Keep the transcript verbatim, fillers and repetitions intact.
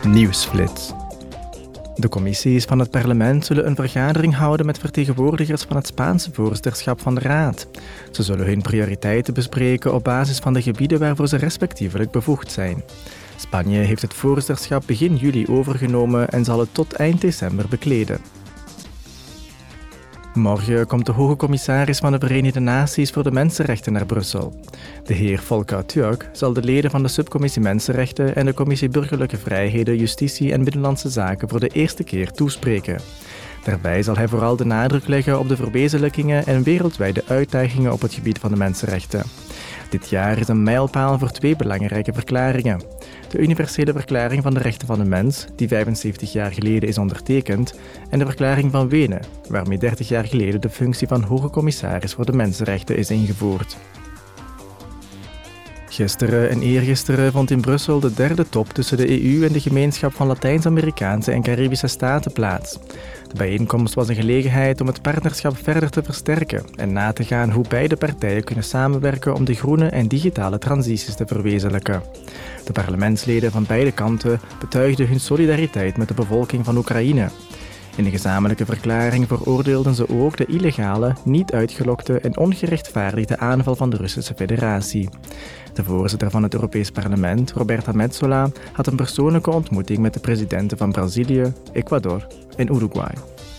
Nieuwsflits. De commissies van het parlement zullen een vergadering houden met vertegenwoordigers van het Spaanse voorzitterschap van de Raad. Ze zullen hun prioriteiten bespreken op basis van de gebieden waarvoor ze respectievelijk bevoegd zijn. Spanje heeft het voorzitterschap begin juli overgenomen en zal het tot eind december bekleden. Morgen komt de hoge commissaris van de Verenigde Naties voor de Mensenrechten naar Brussel. De heer Volker Türk zal de leden van de subcommissie Mensenrechten en de commissie Burgerlijke Vrijheden, Justitie en Binnenlandse Zaken voor de eerste keer toespreken. Daarbij zal hij vooral de nadruk leggen op de verwezenlijkingen en wereldwijde uitdagingen op het gebied van de mensenrechten. Dit jaar is een mijlpaal voor twee belangrijke verklaringen. De Universele Verklaring van de Rechten van de Mens, die vijfenzeventig jaar geleden is ondertekend, en de Verklaring van Wenen, waarmee dertig jaar geleden de functie van Hoge Commissaris voor de Mensenrechten is ingevoerd. Gisteren en eergisteren vond in Brussel de derde top tussen de E U en de Gemeenschap van Latijns-Amerikaanse en Caribische Staten plaats. De bijeenkomst was een gelegenheid om het partnerschap verder te versterken en na te gaan hoe beide partijen kunnen samenwerken om de groene en digitale transities te verwezenlijken. De parlementsleden van beide kanten betuigden hun solidariteit met de bevolking van Oekraïne. In de gezamenlijke verklaring veroordeelden ze ook de illegale, niet uitgelokte en ongerechtvaardigde aanval van de Russische Federatie. De voorzitter van het Europees Parlement, Roberta Metsola, had een persoonlijke ontmoeting met de presidenten van Brazilië, Ecuador en Uruguay.